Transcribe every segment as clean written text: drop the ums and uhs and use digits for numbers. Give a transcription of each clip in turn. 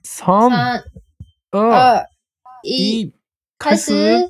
3、 三、 2、 二、一， 1、 开開始。 始。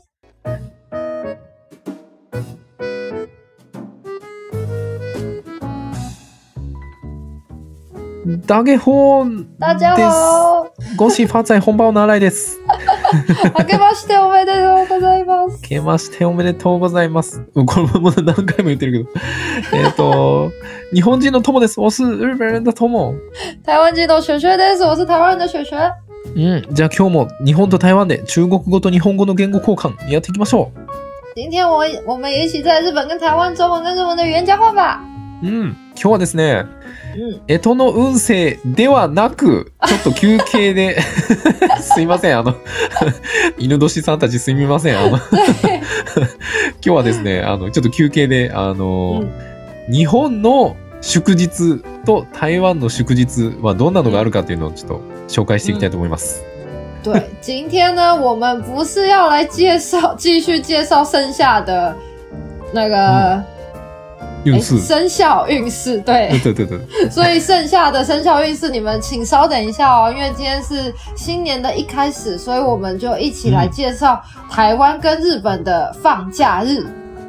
大家好大家です。 好， ゴシファツァイ本場の新井です。 明けましておめでとうございます。 明けましておめでとうございます。これも何回も言ってるけど。日本人の友です。我是日本人的友。 台湾人の雪雪です。我是台湾人的雪雪。 じゃあ今日も日本と台湾で中国語と日本語の言語交換やっていきましょう。 今天我们也一起在日本跟台湾中文跟日文的语言交换吧。 今日はですね、 干支の運勢ではなく、ちょっと休憩で、すいません、犬年さんたちすみません、今日はですね、ちょっと休憩で、日本の祝日と台湾の祝日はどんなのがあるかっていうのをちょっと紹介していきたいと思います。 对，今天呢，我们不是要来继续介绍剩下的那个。 运势， 生肖运势，对，所以剩下的生肖运势，你们请稍等一下哦，因为今天是新年的一开始，所以我们就一起来介绍台湾跟日本的放假日。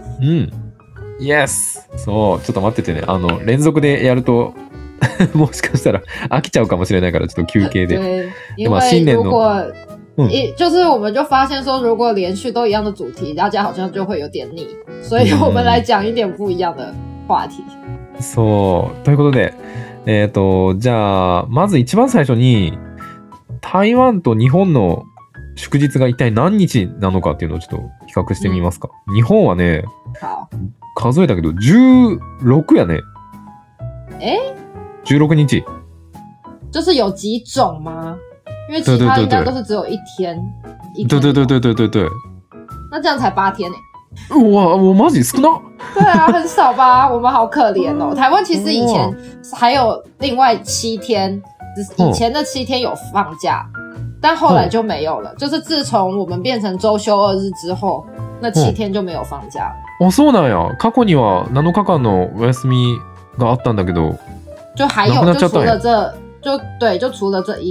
Yes。そう、ちょっと待っててね。連続でやるともしかしたら飽きちゃうかもしれないからちょっと休憩で。 对，因为如果就是我们就发现说，如果连续都一样的主题，大家好像就会有点腻，所以我们来讲一点不一样的話題。 そう。ということで、じゃあ、まず一番最初に、台湾と日本の祝日が一体何日なのかっていうのをちょっと比較してみますか。日本はね、数えたけど、16やね。16日。 就是有几种吗？因为其他应该都是只有一天。 对。 那这样才8天呢。 哇，我マジ少な。 对啊，很少吧？我们好可怜哦。台湾其实以前还有另外7天，以前的7天有放假，但后来就没有了。就是自从我们变成周休2日之后，那7天就没有放假。 そうなんや。過去には7日間のお休みがあったんだけど、 就还有就除了这。就除了这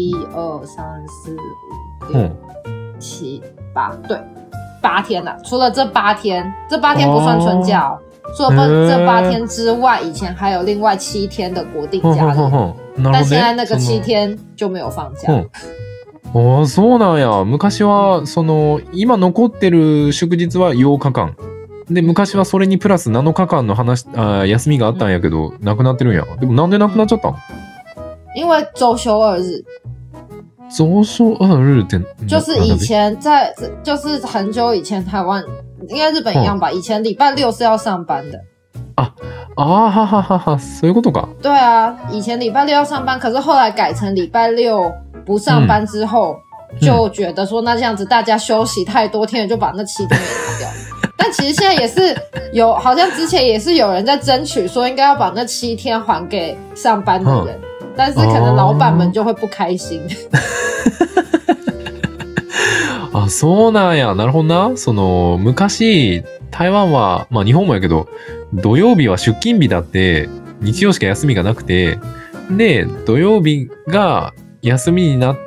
1、2、3、4、5、6、7、8，对，8天啦。除了这8天，这8天不算春假哦。除了这8天之外，以前还有另外7天的国定假日，但现在那个7天就没有放假。 そうなんや。昔は今残ってる祝日は8日間。で、昔はそれにプラス7日間の休みがあったんやけど、なくなってるんや。でもなんでなくなっちゃったん？ 因为周休2日。 周休2日って就是以前就是很久以前台湾应该日本一样吧，以前礼拜6是要上班的。 そういうことか。 对啊，以前礼拜6要上班，可是后来改成礼拜6不上班之后，就觉得说那这样子大家休息太多天了，就把那7天给拿掉。但其实现在也是好像之前也是有人在争取说应该要把那7天还给上班的人。但是可能老板们就会不開心。 そうなんや。なるほどな。昔、台湾は、まあ日本もやけど、土曜日は出勤日だって、日曜しか休みがなくて、で、土曜日が休みになって、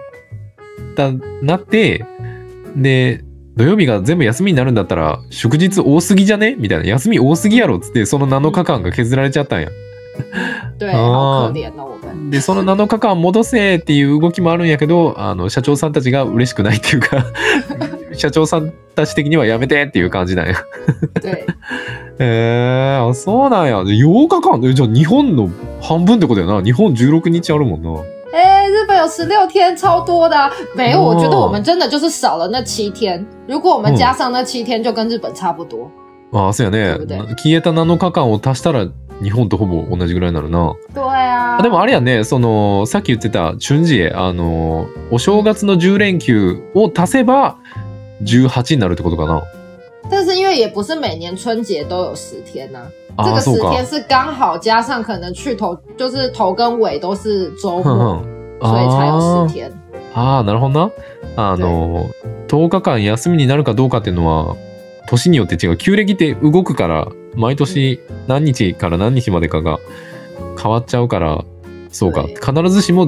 で、土曜日が全部休みになるんだったら、祝日多すぎじゃねみたいな。休み多すぎやろっつって、その7日間が削られちゃったんや。 对、好可憐哦。 で、その7日間戻せっていう動きもあるんやけど、社長さんたちが嬉しくないっていうか社長さんたち的にはやめてっていう感じなんや。そうなんや。8日間じゃあ日本の半分ってことやな。日本16日あるもんな。 日本有16天，超多的啊。没有，我觉得我们真的就是少了那7天。如果我们加上那7天，就跟日本差不多。 そうやね。消えた7日間を足したら日本とほぼ同じぐらいになるな。 对啊。 でもあれやね、さっき言ってた春節、お正月の10連休を足せば18になるってことかな。 但是因为也不是每年春节都有10天啊。这个10天是刚好加上可能就是头跟尾都是周末，所以才有10天。 なるほどな。10日間休みになるかどうかっていうのは年によって違う。旧暦って動くから毎年何日から何日までかが変わっちゃうから、そうか。必ずしも10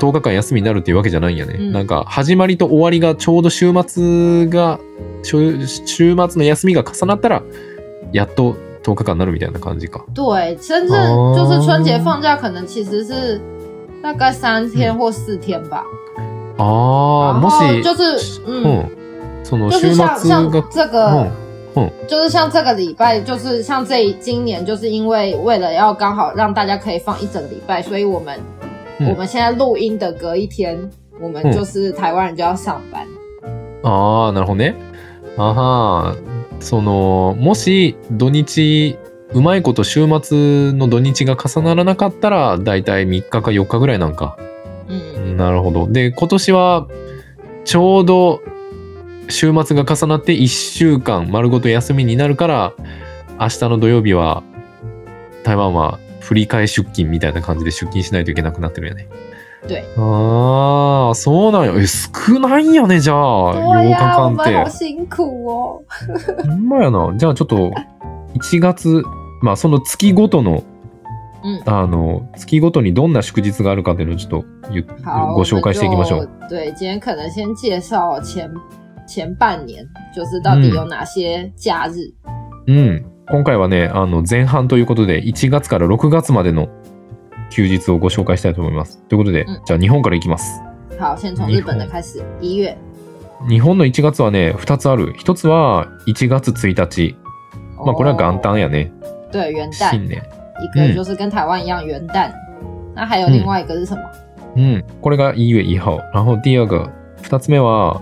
10日間休みになるっていうわけじゃないんやね。 うんなんか始まりと終わりがちょうど週末の休みが重なったらやっと10日間になるみたいな感じか。 对，真正就是春节放假可能其实是大概3天或4天吧。 ああ、もし就是その週就是末が这个。就是像这个礼拜，就是像今年，就是因为了要刚好让大家可以放一整个礼拜，所以我们现在录音的隔一天，我们就是台湾人就要上班。 ああ、なるほどね。あは、もし土日うまいこと週末の土日が重ならなかったらだいたい3日か4日ぐらいなんか。なるほど。で、今年はちょうど週末が重なって1週間丸ごと休みになるから、明日の土曜日は台湾は振り替え出勤みたいな感じで出勤しないといけなくなってるよね。 对。 ああ、そうなんや。少ないんやね、じゃあ。8日間って。 好辛苦哦。 ほんまやな。じゃあちょっと1月、まあその月ごとの、月ごとにどんな祝日があるかっていうのをちょっとご紹介していきましょう。 对，今天可能先介绍前半年，就是到底有哪些假日。 今回はね、前半ということで、1月から6月までの休日をご紹介したいと思います。ということで、じゃあ日本からいきます。 好，先从日本的开始。1月。 日本の1月はね、2つある。1つは1月1日。まあこれは元旦やね。 对，元旦。 新年。 一个就是跟台湾一样元旦。那还有另外一个是什么？ これが1月1号。然後第二个、2つ目は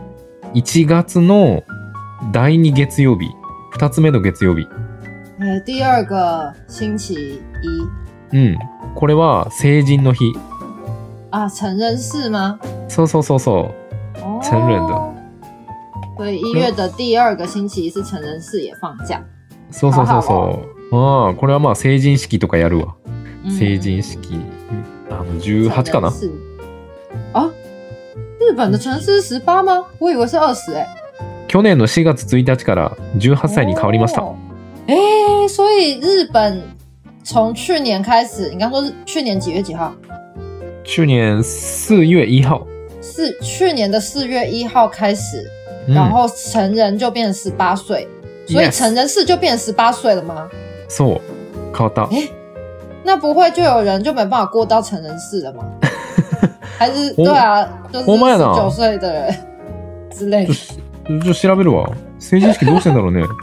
1月の第2月曜日。2つ目の月曜日。 第二个星期一。 これは成人の日。 啊，成人式吗？ そうそうそうそう。成人的。 所以1月的第二个星期一是成人式也放假。 そうそうそうそう。これはまあ成人式とかやるわ。成人式。18かな？ あ、日本的成人式是18吗？我以为是20欸。 去年の4月1日から18歳に変わりました。 所以日本从去年开始，你刚说是去年几月几号？ 去年4月1号。 去年的4月1号开始，然后成人就变成18岁，所以成人式就变成18岁了吗？ そう、変わった。 那不会就有人就没办法过到成人式了吗？还是对啊，就是19岁的人之类的。 ちょ調べるわ。成人式どうしてんだろうね。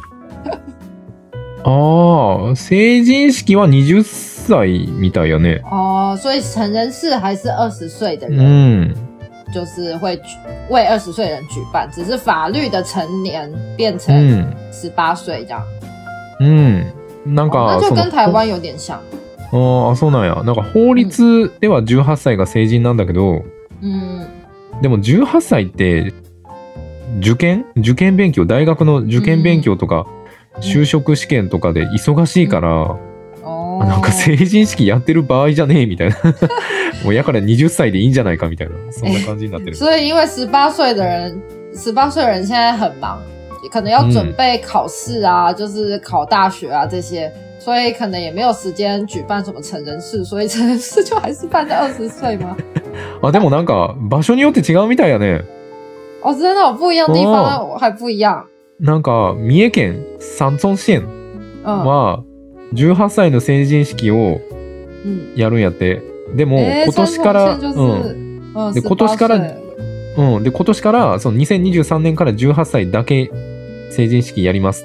ああ、成人式は20歳みたいやね。 所以成人式还是20岁的人，就是会为20岁的人举办，只是法律的成年变成18岁这样。なんか那就跟台湾有点像。 あ、そうなんや。なんか法律では18歳が成人なんだけど、でも18歳って受験勉強、大学の受験勉強とか、就職試験とかで忙しいから、なんか成人式やってる場合じゃねえみたいな。もうやから20歳でいいんじゃないかみたいな、そんな感じになってる。 所以因为18岁的人现在很忙，可能要准备考试啊，就是考大学啊这些，所以可能也没有时间举办什么成人式，所以成人式就还是办在20岁吗？ あ、でもなんか場所によって違うみたいやね。 真的有不一样的地方还不一样。 なんか三重県三村县は18歳の成人式をやるんやって。でも今年からで今年からその2023年から18歳だけ成人式やりますって。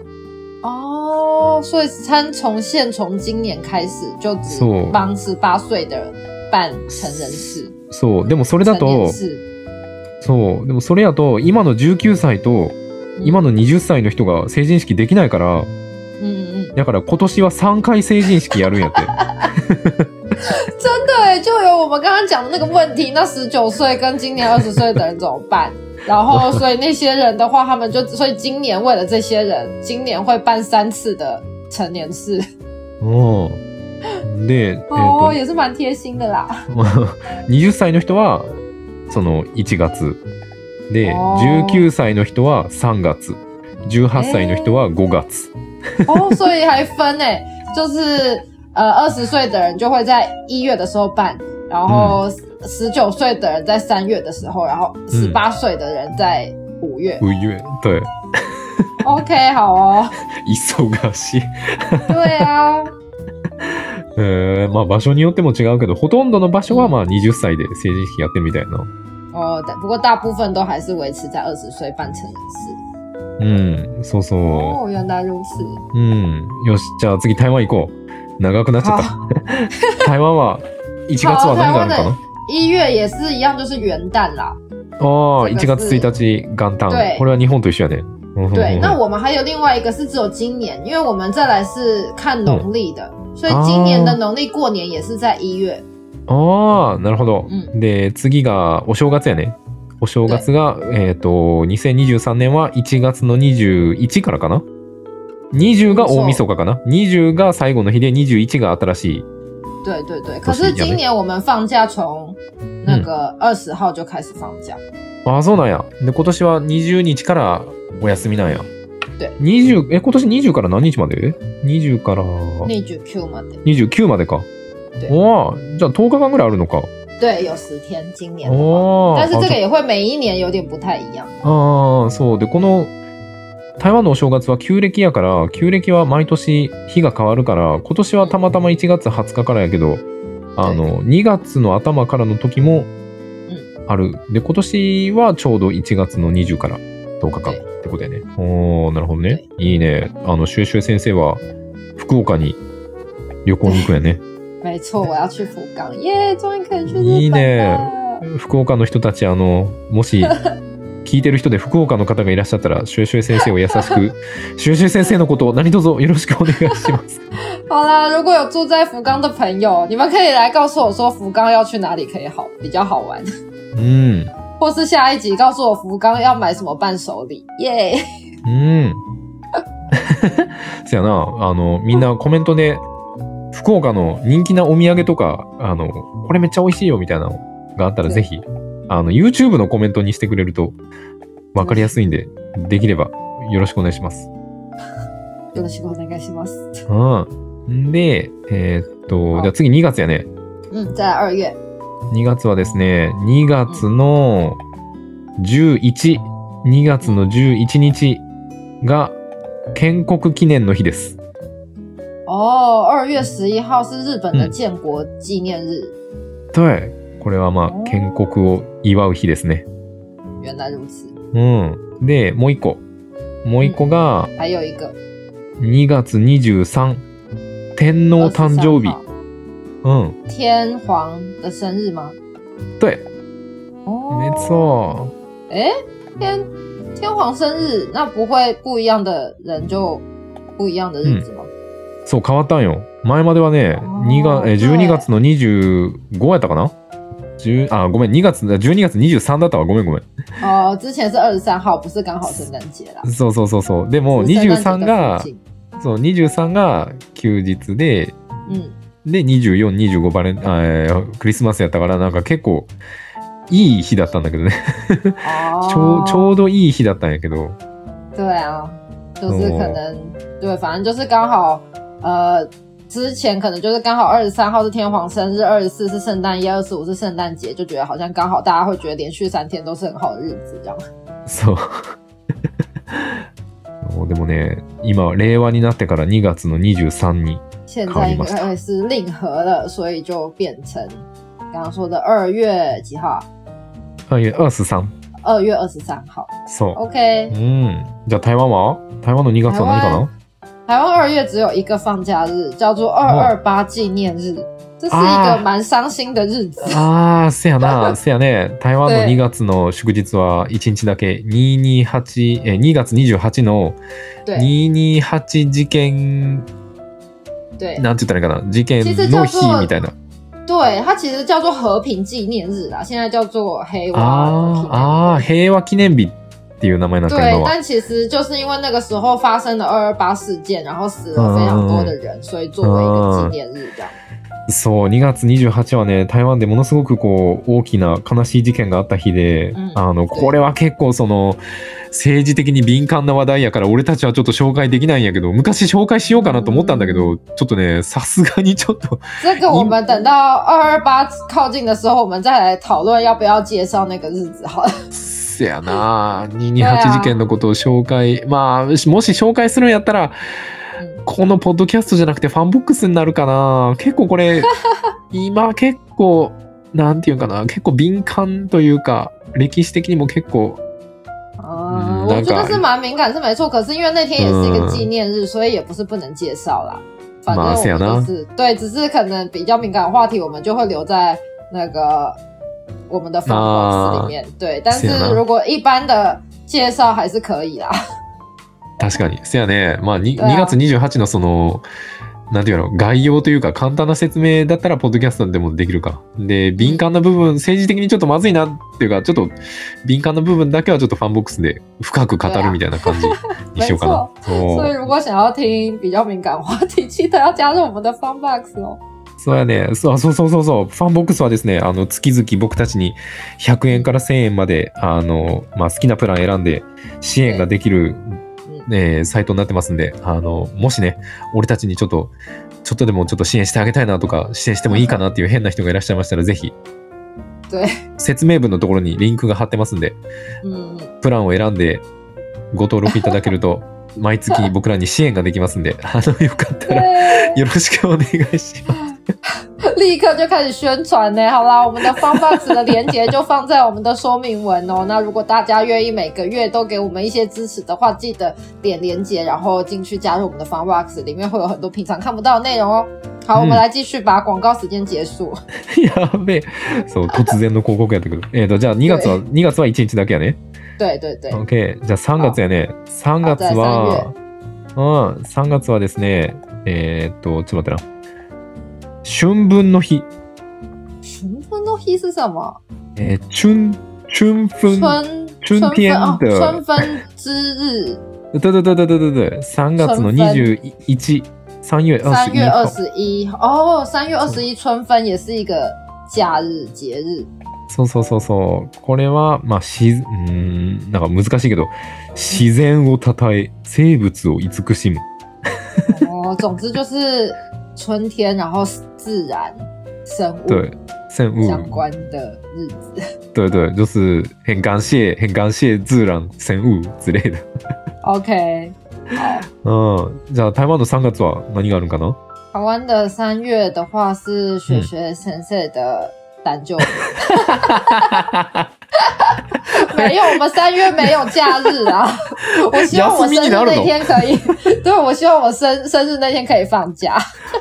所以三重县从今年开始就只帮18岁的人办成人式。 そう、でもそれだとでもそれやと今の19歳と今の20歳の人が成人式できないから、だから今年は3回成人式やるんやって。 真的耶，就有我们刚刚讲的那个问题，那19岁跟今年20岁的人怎么办？然后所以那些人的话，他们所以今年为了这些人，今年会办3次的成年式。 で、 也是蛮贴心的啦。 20歳の人はその1月で、19歳の人は3月、18歳の人は5月。 所以还分就是20岁的人就会在1月的时候办，然后 19岁的人在3月的时候，然后18岁的人在5月。 5月、对。 OK， 好哦。 忙しい。 对啊。 まあ場所によっても違うけど、ほとんどの場所はまあ20歳で成人式やってるみたいな。 不过大部分都还是维持在20岁办成人式。 そうそう。 原来如此。 よし、じゃあ次台湾行こう。長くなっちゃった。台湾は1月は何があるかな ？1月也是一样，就是元旦啦。 1月1日元旦。これは日本と一緒やね。 对，那我们还有另外一个是只有今年，因为我们再来是看农历的，所以今年的農曆过年也是在1月。 なるほど。で、次がお正月やね。お正月が、2023年は1月の21からかな。20が大晦日かな。20が最後の日で21が新しい。 对对对，可是今年我们放假从那个20号就开始放假。 そうなんや。で、今年は20日からお休みなんや。 对。 今年20から何日まで ?20 から 29まで。 29までか。じゃあ10日間ぐらいあるのか。 对，有10天，今年的话。但是这个也会每一年有点不太一样。 そうで、この台湾のお正月は旧暦やから、旧暦は毎年日が変わるから、今年はたまたま1月20日からやけど、2月の頭からの時もある。で、今年はちょうど1月の20から10日間ってことやね。なるほどね。いいね。シュエシュエ先生は福岡に旅行に行くやね。 没错，我要去福冈。耶，终于可以去日本了。 いいね。福岡の人たち、もし聞いてる人で福岡の方がいらっしゃったら、シュエシュエ先生を優しく、シュエシュエ先生のことを何卒よろしくお願いします。 好啦，如果有住在福冈的朋友，你们可以来告诉我说福冈要去哪里可以比较好玩。或是下一集告诉我福冈要买什么伴手礼。耶。 そやな、みんなコメントで福岡の人気なお土産とか、これめっちゃ美味しいよみたいなのがあったらぜひ、YouTube のコメントにしてくれると分かりやすいんで、できればよろしくお願いします。 よろしくお願いします。 で、じゃあ次2月やね。 再来2月。 2月はですね、2月の11、2月の11日が建国記念の日です。 2月11号是日本的建国紀念日。 对。これはまあ建国を祝う日ですね。 原来如此。 で、もう一個が还有一个 2月23、天皇誕生日。 天皇的生日吗？ 对。没错。 天皇生日，那不会不一样的人就不一样的日子吗？ そう、変わったんよ。前まではね、12月の25やったかな。ごめん、12月23だったわ。ごめん。 之前是23号，不是刚好聖誕節啦。 そう。でも23が休日で、で24、25クリスマスやったから、なんか結構いい日だったんだけどね。ちょうどいい日だったんやけど。 对啊，就是可能对，反正就是刚好之前可能就是刚好23号是天皇生日，24是圣诞夜，25是圣诞节，就觉得好像刚好大家会觉得連續3天都是很好的日子这样。 そう。でもね、今令和になってから2月の23に変わりました。 现在因为是令和了，所以就变成刚刚说的2月几号？2月 23。 2月23号。 そう。 OK。 じゃあ台湾の2月は何かな？ 台湾2月只有一个放假日，叫做228纪念日。这是一个蛮傷心的日子。 せやね。台湾の2月の祝日は1日だけ、2月28の228事件、なんて言ったらいいかな、事件の日みたいな。 对，它其实叫做和平纪念日啦，现在叫做平和平和記念日っていう名前になった对，但其实就是因为那个时候发生了228事件，然后死了非常多的人，所以作为一个纪念日这样。 そう、2月28はね、台湾でものすごくこう大きな悲しい事件があった日で、これは結構その政治的に敏感な話題やから俺たちはちょっと紹介できないんやけど、昔紹介しようかなと思ったんだけど、ちょっとね、さすがにちょっと。 这个我们等到228靠近的时候，我们再来讨论要不要介绍那个日子好了。 せやな、228事件のことを紹介、まあもし紹介するんやったら、このポッドキャストじゃなくてファンボックスになるかな。結構これ今結構なんていうかな、結構敏感というか歴史的にも結構。 我觉得是蛮敏感是没错，可是因为那天也是一个纪念日，所以也不是不能介绍啦。反正我们就是对，只是可能比较敏感的话题，我们就会留在那个我们的 fun box 里面。对，但是如果一般的介绍还是可以啦。 確かに。せやね。まあ 2月28のそのなんていうの、概要というか簡単な説明だったらポッドキャストでもできるか。で、敏感な部分、政治的にちょっとまずいなっていうか、ちょっと敏感な部分だけはちょっとファンボックスで深く語るみたいな感じにしようかな。 所以如果想要听比较敏感话题，記得要加入我们的 fun box 哦。 そうやね。そう。ファンボックスはですね、月々僕たちに100円から1000円まで、まあ、好きなプラン選んで支援ができる、サイトになってますんで、もしね、俺たちにちょっとでもちょっと支援してあげたいなとか、支援してもいいかなっていう変な人がいらっしゃいましたら、ぜひ、説明文のところにリンクが貼ってますんで、プランを選んでご登録いただけると、毎月僕らに支援ができますんで、よかったらよろしくお願いします。 立刻就开始宣传呢。好啦，我们的 fun box 的连结就放在我们的说明文哦。那如果大家愿意每个月都给我们一些支持的话，记得点连结，然后进去加入我们的 fun box， 里面会有很多平常看不到的内容哦。好，我们来继续吧。广告時間結束。 やべえ。そう、突然の広告やったけど。じゃあ2月は1日だけやね。 对对对。 OK。じゃあ3月やね。3月は、3月はですね、ちょっと待ってな。春分の日。 春分の日是什么？ 春天的春分之日。 对。3月の21。3月 21哦，3月21春分也是一个假日节日。 そう。これはまあなんか難しいけど、自然を称え、生物を慈しむ。 总之就是春天，然后自然生物对生物相关的日子。 对，就是很感谢自然生物之类的。 OK。好。 じゃあ台湾の3月は何があるんかな？ 台湾的3月的话是雪雪先生的誕生日。没有，我们3月没有假日啊。我希望我生日那天可以，对，我希望我生日那天可以放假。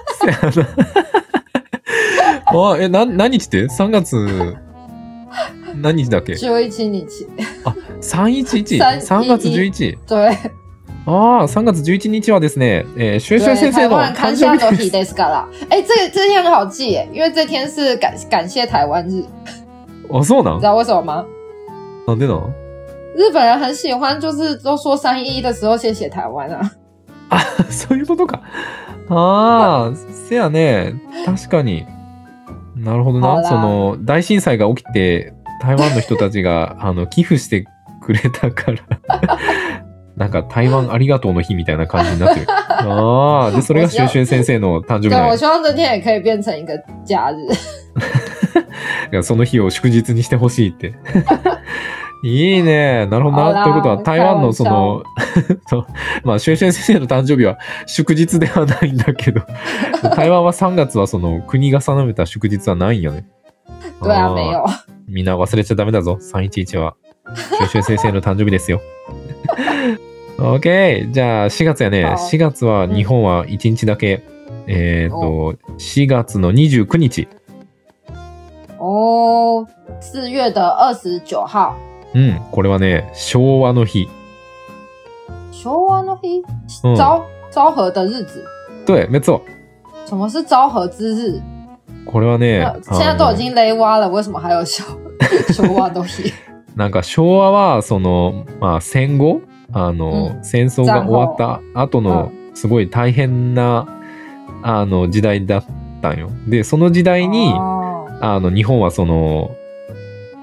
何日って3月何日だっけ ？11日。 あ、311。3月11。 对。 3月11日はですね、学先生の誕生日ですから。这天很好记耶，因为这天是感谢台湾日。 そうなん？ 你知道为什么吗？ なんでなん？ 日本人很喜欢，就是都说311的时候谢谢台湾啊。 そういうことか。せやね。確かに。なるほどな。その大震災が起きて台湾の人たちが寄付してくれたから。なんか台湾ありがとうの日みたいな感じになってる。で、それがシュ先生の誕生日。 对，我希望这天也可以变成一个假日。 その日を祝日にしてほしいって。いいね。なるほどな。ということは台湾のその、まあシュ先生の誕生日は祝日ではないんだけど、台湾は3月はその国が定めた祝日はないんよね。 对啊、没有。 みんな忘れちゃダメだぞ。311は。シュ先生の誕生日ですよ。OK。じゃあ4月やね。4月は日本は1日だけ。4月の29日。 4月的29号。 これはね、昭和の日。 昭和の日？昭和的日子。 对，没错。 什么是昭和之日？ これはね、 現在都已經令和了，為什麼還有昭和の日？ なんか昭和はその、まあ、戦後戦争が終わった後のすごい大変な時代だったんよ。でその時代に日本はその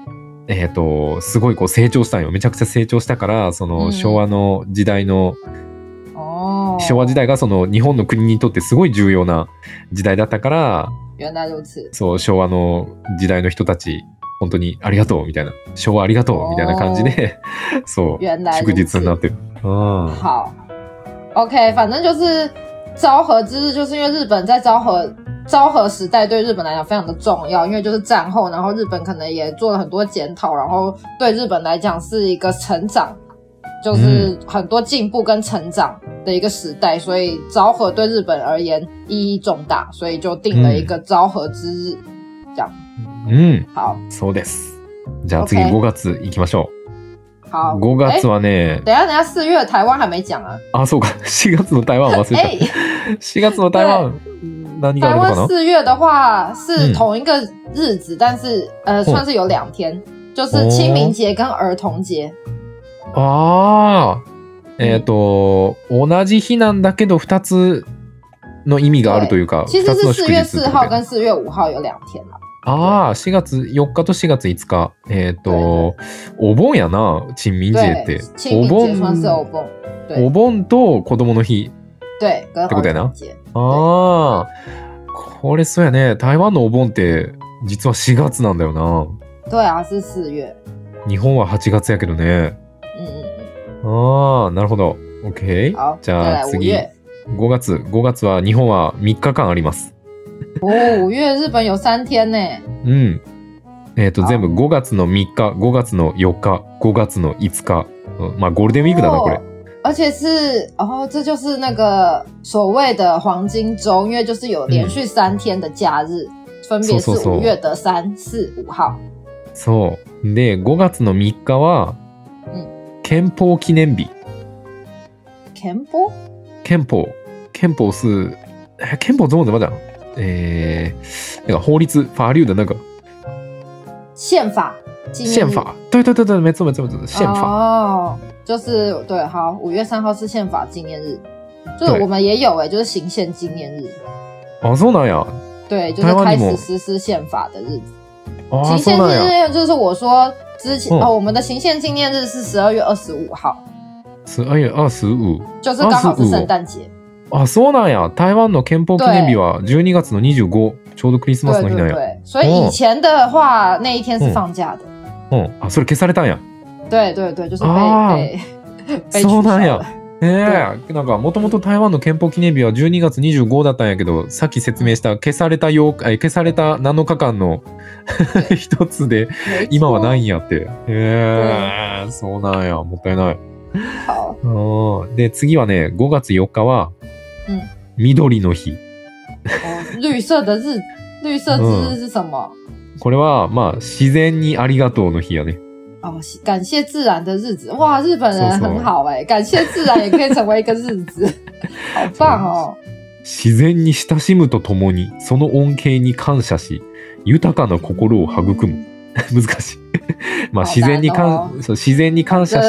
すごいこう成長したんよ。めちゃくちゃ成長したから、その昭和の時代の、昭和時代がその日本の国にとってすごい重要な時代だったから、 原来如此。 そう、昭和の時代の人たち、本当にありがとうみたいな、昭和ありがとうみたいな感じで、そう、祝日になってる。 好 ，OK， 反正就是昭和之日，就是因为日本在昭和时代对日本来讲非常的重要，因为就是战后，然后日本可能也做了很多检讨，然后对日本来讲是一个成长，就是很多进步跟成长的一个时代，所以昭和对日本而言意义重大，所以就定了一个昭和之日，这样。好， そうです。じゃあ次5月行きましょう。 好 ，5月はね、 等一下4月台湾还没讲啊。 あ、そうか。4月の台湾忘れた。4月の台湾何があるのかな？ 台湾4月的话是同一个日子，但是算是有2天，就是清明节跟儿童节。 ああ、同じ日なんだけど2つの意味があるというか、 其实是4月4号跟4月5号有2天啦。 ああ、4月4日と4月5日。お盆やな、清明節って。 清明节算是お盆。 お盆と子供の日。 对，跟ってことやな。 ああ、これそうやね。台湾のお盆って実は4月なんだよな。 对啊，是4月。 日本は8月やけどね。ああ、なるほど。OK。じゃあ次。5月は日本は3日間あります。 5月日本有3天ね。 全部5月の3日、5月の4日、5月の5日。まあゴールデンウィークだな、これ。 而且是这就是那个所谓的黄金周，因为就是有连续3天的假日，分别是5月的3、4、5号。 そう。で、5月の3日は、憲法記念日。 憲法？ 憲法是憲法中文怎么讲？那个法律法律的那个宪法。 对，没错，宪法。 哦，就是对，好，5月3号是宪法纪念日，就是我们也有就是行宪纪念日。 あ、そうなんや。 对，就是开始实施宪法的日子。行宪纪念日就是我说之前我们的行宪纪念日是12月25号。 12月25。 就是刚好是聖誕節。 あ、そうなんや。台湾の憲法記念日は12月の25、ちょうどクリスマスの日なんや。 对，所以以前的话那一天是放假的。 あ、それ消されたんや。 对，就是被そうなんや。なんかもともと台湾の憲法記念日は12月25だったんやけど、さっき説明した消された7日間の一つで今はないんやって。そうなんや。もったいない。で、次はね、5月4日は緑の日。 绿色的日，绿色之日是什么？ これはまあ自然にありがとうの日やね。 感谢自然的日子。哇，日本人很好感谢自然也可以成为一个日子，好棒哦。 自然に親しむとともにその恩恵に感謝し、豊かな心を育む。難しい。まあ自然に感謝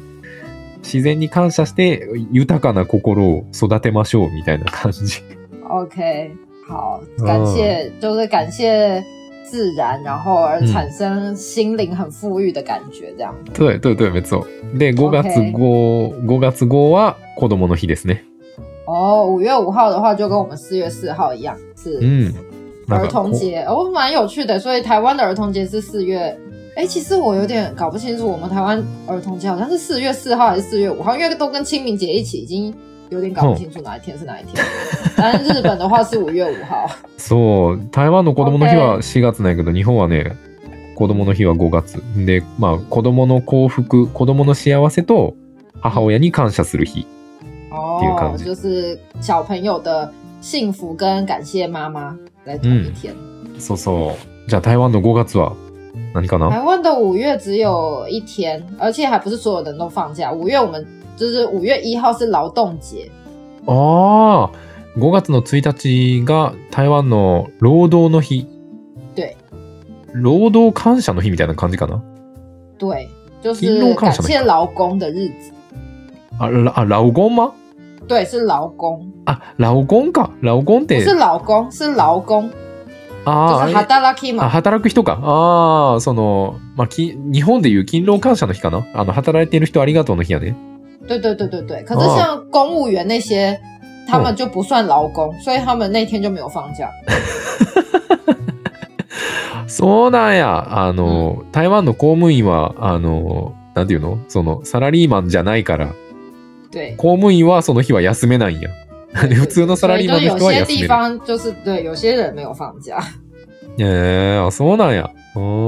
して豊かな心を育てましょうみたいな感じ。 OK， 好，就是感謝自然，然后而产生心灵很富裕的感觉，这样。 对，没错。で、5月5は子供の日ですね。 5月5号的话就跟我们4月4号一样，是儿童节。蛮有趣的。所以台湾的儿童节是4月。其实我有点搞不清楚，我们台湾儿童节好像是4月4号还是4月5号，因为都跟清明节一起，已经有点搞不清楚哪一天是哪一天。但是日本的话是5月5号。 そう、台湾の子供の日は4月なんやけど、日本はね、子供の日は5月。で、まあ子供の幸福、子供の幸せと母親に感謝する日っていう感じ。 就是小朋友的幸福跟感谢妈妈在同一天。 そうそう。じゃあ台湾の5月は何かな？ 台湾的5月只有1天，而且还不是所有人都放假。5月我们就是5月1号是劳動節。 ああ、5月の1日が台湾の労働の日。 对。 労働感謝の日みたいな感じかな？ 对，就是感谢劳工的日子。 劳工吗？ 对，是劳工。 劳工か。劳工って。 不是老公，是劳工。 就是働きマン。 働く人か。その、日本でいう勤労感謝の日かな。働いている人ありがとうの日やね。 对对对对对。可是像公务员那些，他们就不算劳工，所以他们那天就没有放假。 そうなんや。台湾の公務員は、なんていうのその、サラリーマンじゃないから、公務員はその日は休めないんや。普通のサラリーマンの人は休める。 有些地方就是对，有些人没有放假。 そうなんや。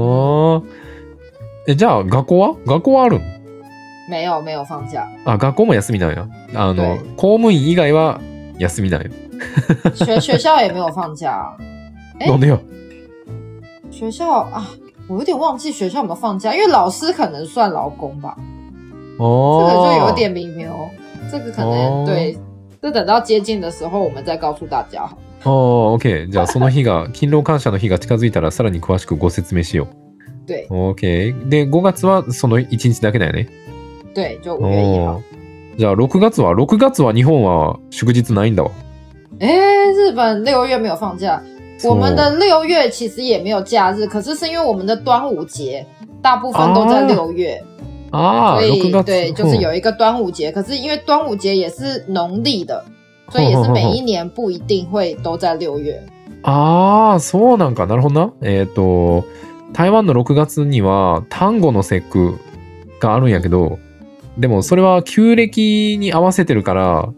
じゃあ学校はあるん？ 没有放假。 学校も休みなんや。公務員以外は休みなんや。 学校也没有放假。 なんでや？ 学校啊，我有点忘记学校有没有放假，因为老师可能算劳工吧。这个就有点微妙。这个可能对。这等到接近的时候，我们再告诉大家好。 OK。じゃあその日が、勤労感謝の日が近づいたらさらに詳しくご説明しよう。 对。 OK。で、5月はその1日だけだよね。 对、就5月1号。 じゃあ6月は日本は祝日ないんだわ。 日本6月没有放假。我们的6月其实也没有假日，可是是因为我们的端午节大部分都在6月。所以对，就是有一个端午节，可是因为端午节也是农历的，所以也是每一年不一定会都在6月。 そうなんか。なるほどな。台湾の6月には端午の節句があるんやけど、でもそれは旧暦に合わせてるから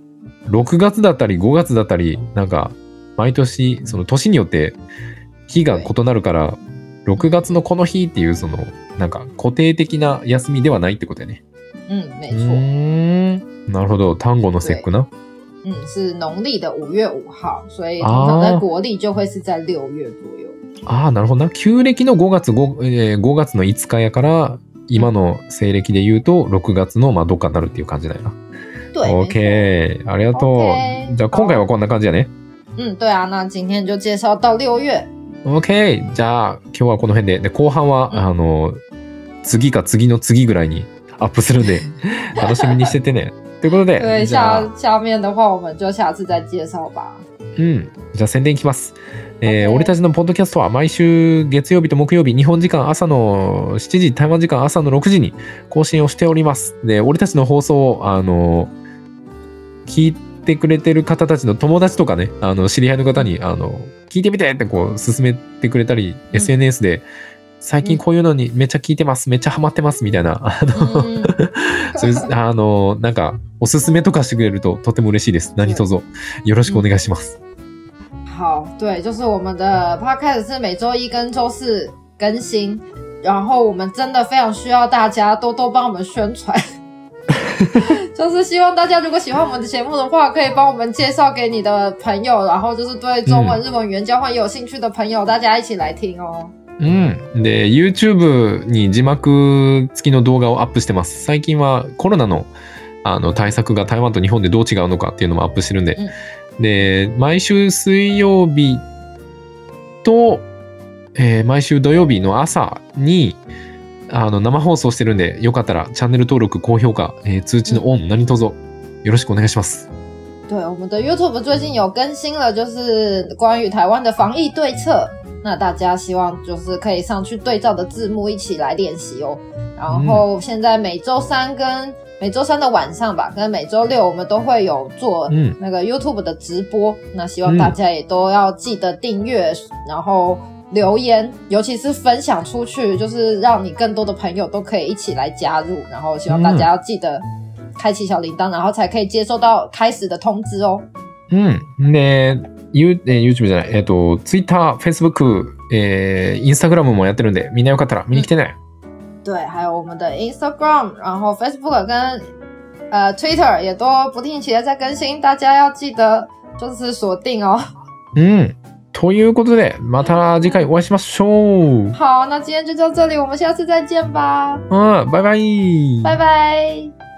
、6月だったり5月だったり、なんか毎年その年によって日が異なるから、6月のこの日っていうそのなんか固定的な休みではないってことやね。 没错。 なるほど。端午の節句な。 是農曆的5月5号，所以通常在国历就会是在6月左右。 なるほどな。旧暦の5月の5日やから、今の西暦で言うと6月のどっかになるっていう感じだよな。OK。ありがとう。じゃあ今回はこんな感じやね。 对啊，那今天就介紹到6月。 OK。じゃあ今日はこの辺で。で、後半は、次か次の次ぐらいにアップするんで、楽しみにしててね。ということで。 对、下面的话我们就下次再介紹吧。 じゃあ宣伝いきます。俺たちのポッドキャストは毎週月曜日と木曜日、日本時間朝の7時、台湾時間朝の6時に更新をしております。で、俺たちの放送を、聞いてくれてる方たちの友達とかね、知り合いの方に、聞いてみてってこう、勧めてくれたり、SNS で、最近こういうのにめっちゃ聞いてます、めっちゃハマってます、みたいな、そういう、なんか、おすすめとかしてくれるととても嬉しいです。何卒よろしくお願いします。 好，对，就是我们的 podcast 是每周一跟周四更新，然后我们真的非常需要大家多多帮我们宣传。就是希望大家如果喜欢我们的节目的话，可以帮我们介绍给你的朋友，然后就是对中文、日文語言交換有興趣的朋友，大家一起来听哦。 で、YouTube に字幕付きの動画をアップしてます。最近はコロナの対策が台湾と日本でどう違うのかっていうのもアップしてるんで、で、毎週水曜日と、毎週土曜日の朝に生放送してるんで、よかったらチャンネル登録、高評価、通知のオン、何卒よろしくお願いします。 对，我们的 YouTube 最近有更新了，就是关于台湾的防疫对策。那大家希望就是可以上去对照的字幕一起来练习哦。然后现在每周三的晚上吧，跟每周六我们都会有做那个 YouTube 的直播。那希望大家也都要记得订阅，然后留言，尤其是分享出去，就是让你更多的朋友都可以一起来加入。然后希望大家要记得开启小铃铛，然后才可以接收到开始的通知哦。 で、YouTube じゃない、Twitter、Facebook、Instagram もやってるんで、みんなよかったら見に来てね。 对，还有我们的 Instagram， 然后 Facebook 跟Twitter 也都不定期的在更新，大家要记得就是锁定哦。 ということで、また次回お会いしましょう。 好，那今天就到这里，我们下次再见吧。 拜拜。 拜拜。